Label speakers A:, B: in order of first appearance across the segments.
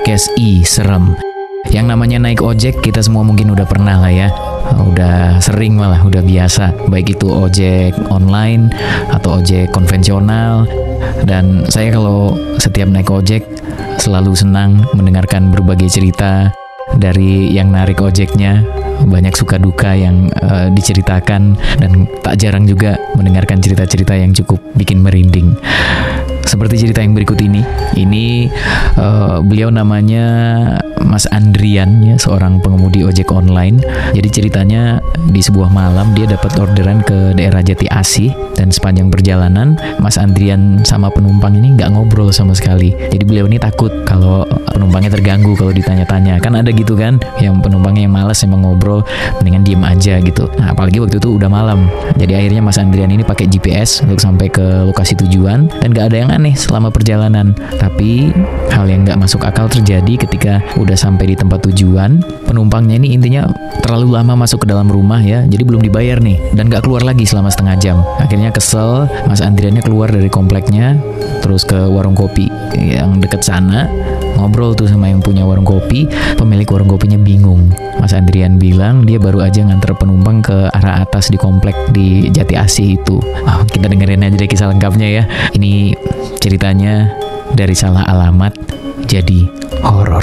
A: podcast Serem. Yang namanya naik ojek kita semua mungkin udah pernah lah ya. Udah sering malah, udah biasa. Baik itu ojek online atau ojek konvensional. Dan saya kalau setiap naik ojek selalu senang mendengarkan berbagai cerita dari yang narik ojeknya. Banyak suka duka yang diceritakan, dan tak jarang juga mendengarkan cerita-cerita yang cukup bikin merinding. Seperti cerita yang berikut ini. Ini beliau namanya Mas Andrian ya, seorang pengemudi ojek online. Jadi ceritanya di sebuah malam dia dapat orderan ke daerah Jati Asih, dan sepanjang perjalanan Mas Andrian sama penumpang ini nggak ngobrol sama sekali. Jadi beliau ini takut kalau penumpangnya terganggu kalau ditanya-tanya. Kan ada gitu kan, yang penumpangnya yang malas emang ngobrol, mendingan diem aja gitu. Nah apalagi waktu itu udah malam. Jadi akhirnya Mas Andrian ini pakai GPS untuk sampai ke lokasi tujuan, dan nggak ada yang aneh selama perjalanan. Tapi hal yang nggak masuk akal terjadi ketika udah sampai di tempat tujuan. Penumpangnya ini intinya terlalu lama masuk ke dalam rumah ya, jadi belum dibayar nih, dan nggak keluar lagi selama setengah jam. Akhirnya kesel, Mas Andriannya keluar dari kompleknya, terus ke warung kopi yang deket sana, ngobrol tuh sama yang punya warung kopi. Pemilik warung kopinya bingung. Mas Andrian bilang dia baru aja nganter penumpang ke arah atas di komplek di Jati Asih itu. Kita dengerin aja deh kisah lengkapnya ya. Ini ceritanya dari salah alamat jadi horor.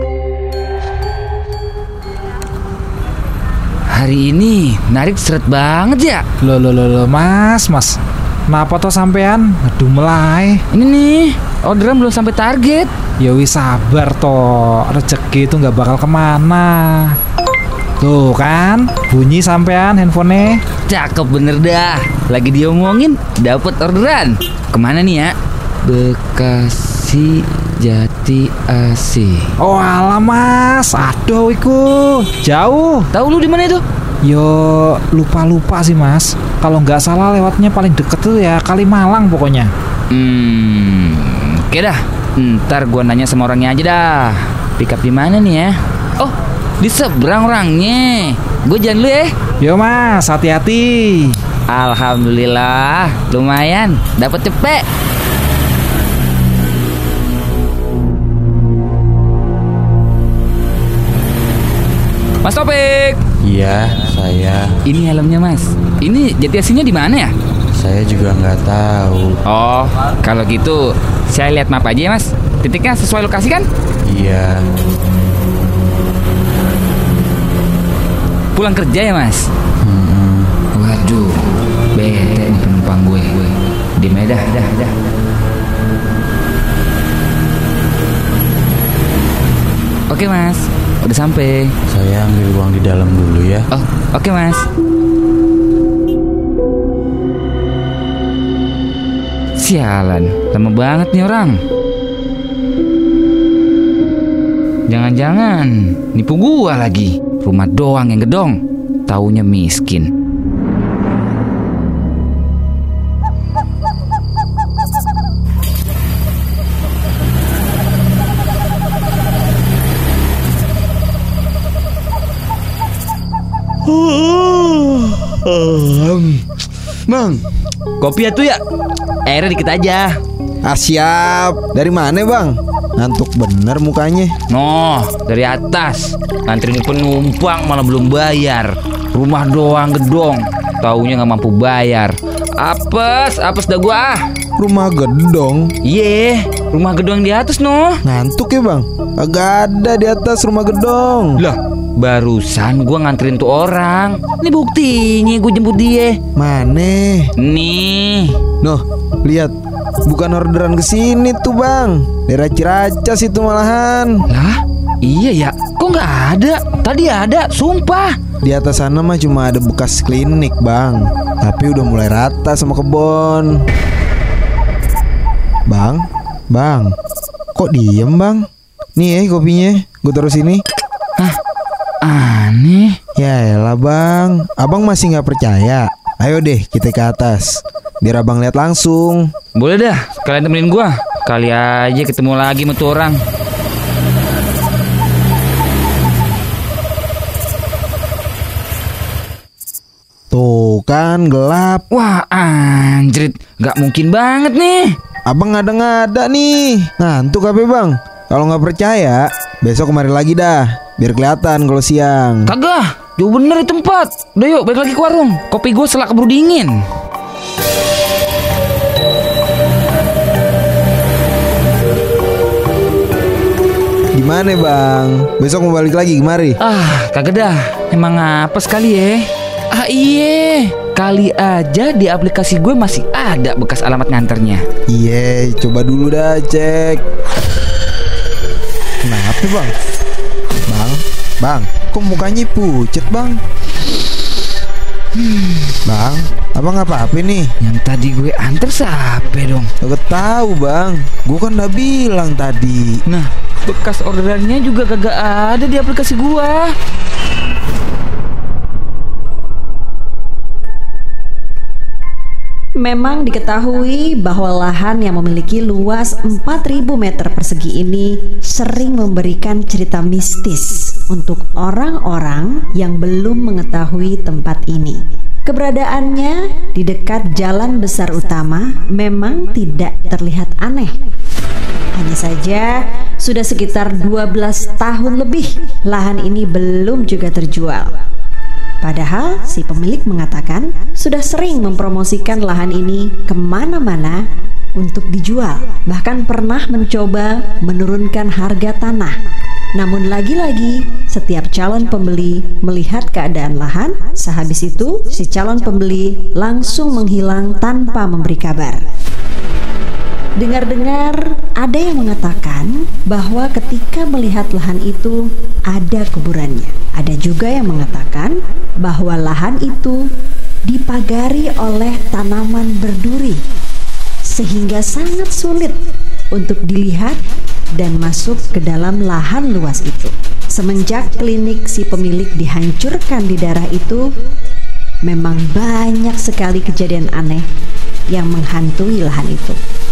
B: Hari ini narik seret banget ya.
C: Loh, mas. Kenapa toh sampean? Aduh mulai.
B: Ini nih, orderan belum sampai target.
C: Ya wis sabar toh, rezeki itu nggak bakal kemana. Tuh kan, bunyi sampean handphonenya.
B: Cakep bener dah. Lagi diomongin, dapet orderan. Kemana nih ya? Bekasi Jati Asih.
C: Oh alah mas, aduh iku jauh.
B: Tahu lu di mana itu?
C: Yo lupa sih mas. Kalau nggak salah lewatnya paling deket tuh ya Kalimalang pokoknya.
B: Oke dah. Ntar gua nanya sama orangnya aja dah. Pick up di mana nih ya? Oh, di seberang orangnya. Gue jalan dulu ya.
C: Yo mas, hati-hati.
B: Alhamdulillah, lumayan. Dapat cepet. Mas Topik.
D: Iya, saya.
B: Ini helmnya mas. Ini Jati Asihnya di mana ya?
D: Saya juga nggak tahu.
B: Oh, kalau gitu saya lihat map aja ya mas. Titiknya sesuai lokasi kan?
D: Iya.
B: Pulang kerja ya mas? Waduh, bete nih penumpang gue. Di Medah, dah. Oke mas, udah sampai.
D: Saya ambil uang di dalam dulu ya.
B: Oh, oke mas. Sialan, lama banget nih orang. Jangan-jangan nipu gua lagi. Rumah doang yang gedong, taunya miskin.
E: Bang,
B: Kopi ya tuh ya? Airnya dikit aja.
E: siap. Dari mana bang? Ngantuk bener mukanya.
B: Noh, dari atas. Nganterin penumpang malah belum bayar. Rumah doang gedong, taunya gak mampu bayar. Apes dah gua.
E: Rumah gedong.
B: Iya, rumah gedong di atas noh.
E: Ngantuk ya bang? Agak ada di atas rumah gedong.
B: Lah, barusan gua nganterin tuh orang. Ini buktinya gua jemput dia.
E: Mana?
B: Nih.
E: Noh, lihat. Bukan orderan kesini tuh bang. Daerah Ciracas itu malahan.
B: Lah, iya ya. Kok gak ada? Tadi ada, sumpah.
E: Di atas sana mah cuma ada bekas klinik bang. Tapi udah mulai rata sama kebon. Bang, kok diem bang? Nih kopinya, gue taruh sini.
B: Hah, aneh.
E: Ya elah bang, abang masih gak percaya? Ayo deh kita ke atas, biar abang lihat langsung.
B: Boleh dah, kalian temenin gua. Kali aja ketemu lagi sama tuh orang.
E: Tuh kan gelap.
B: Wah anjrit, gak mungkin banget nih.
E: Abang ngada-ngada nih. Ngantuk apa bang? Kalau nggak percaya, besok kemari lagi dah, biar kelihatan kalau siang.
B: Kagak, jauh bener itu tempat. Udah yuk, balik lagi ke warung. Kopi gue selak keburu dingin.
E: Gimana bang? Besok mau balik lagi kemari?
B: Kagak dah. Emang apa sekali ya? Iya, kali aja di aplikasi gue masih ada bekas alamat nganternya.
E: Iya, coba dulu dah cek. Kenapa bang? Bang, kok mukanya pucet bang? Bang, abang apa nih?
B: Yang tadi gue anter siapa dong?
E: Gak tahu bang, gue kan udah bilang tadi.
B: Nah, bekas orderannya juga kagak ada di aplikasi gua.
F: Memang diketahui bahwa lahan yang memiliki luas 4.000 meter persegi ini sering memberikan cerita mistis untuk orang-orang yang belum mengetahui tempat ini. Keberadaannya di dekat jalan besar utama memang tidak terlihat aneh. Hanya saja sudah sekitar 12 tahun lebih lahan ini belum juga terjual. Padahal si pemilik mengatakan sudah sering mempromosikan lahan ini kemana-mana untuk dijual. Bahkan pernah mencoba menurunkan harga tanah. Namun lagi-lagi setiap calon pembeli melihat keadaan lahan, sehabis itu si calon pembeli langsung menghilang tanpa memberi kabar. Dengar-dengar ada yang mengatakan bahwa ketika melihat lahan itu ada kuburannya. Ada juga yang mengatakan bahwa lahan itu dipagari oleh tanaman berduri sehingga sangat sulit untuk dilihat dan masuk ke dalam lahan luas itu. Semenjak klinik si pemilik dihancurkan di daerah itu, memang banyak sekali kejadian aneh yang menghantui lahan itu.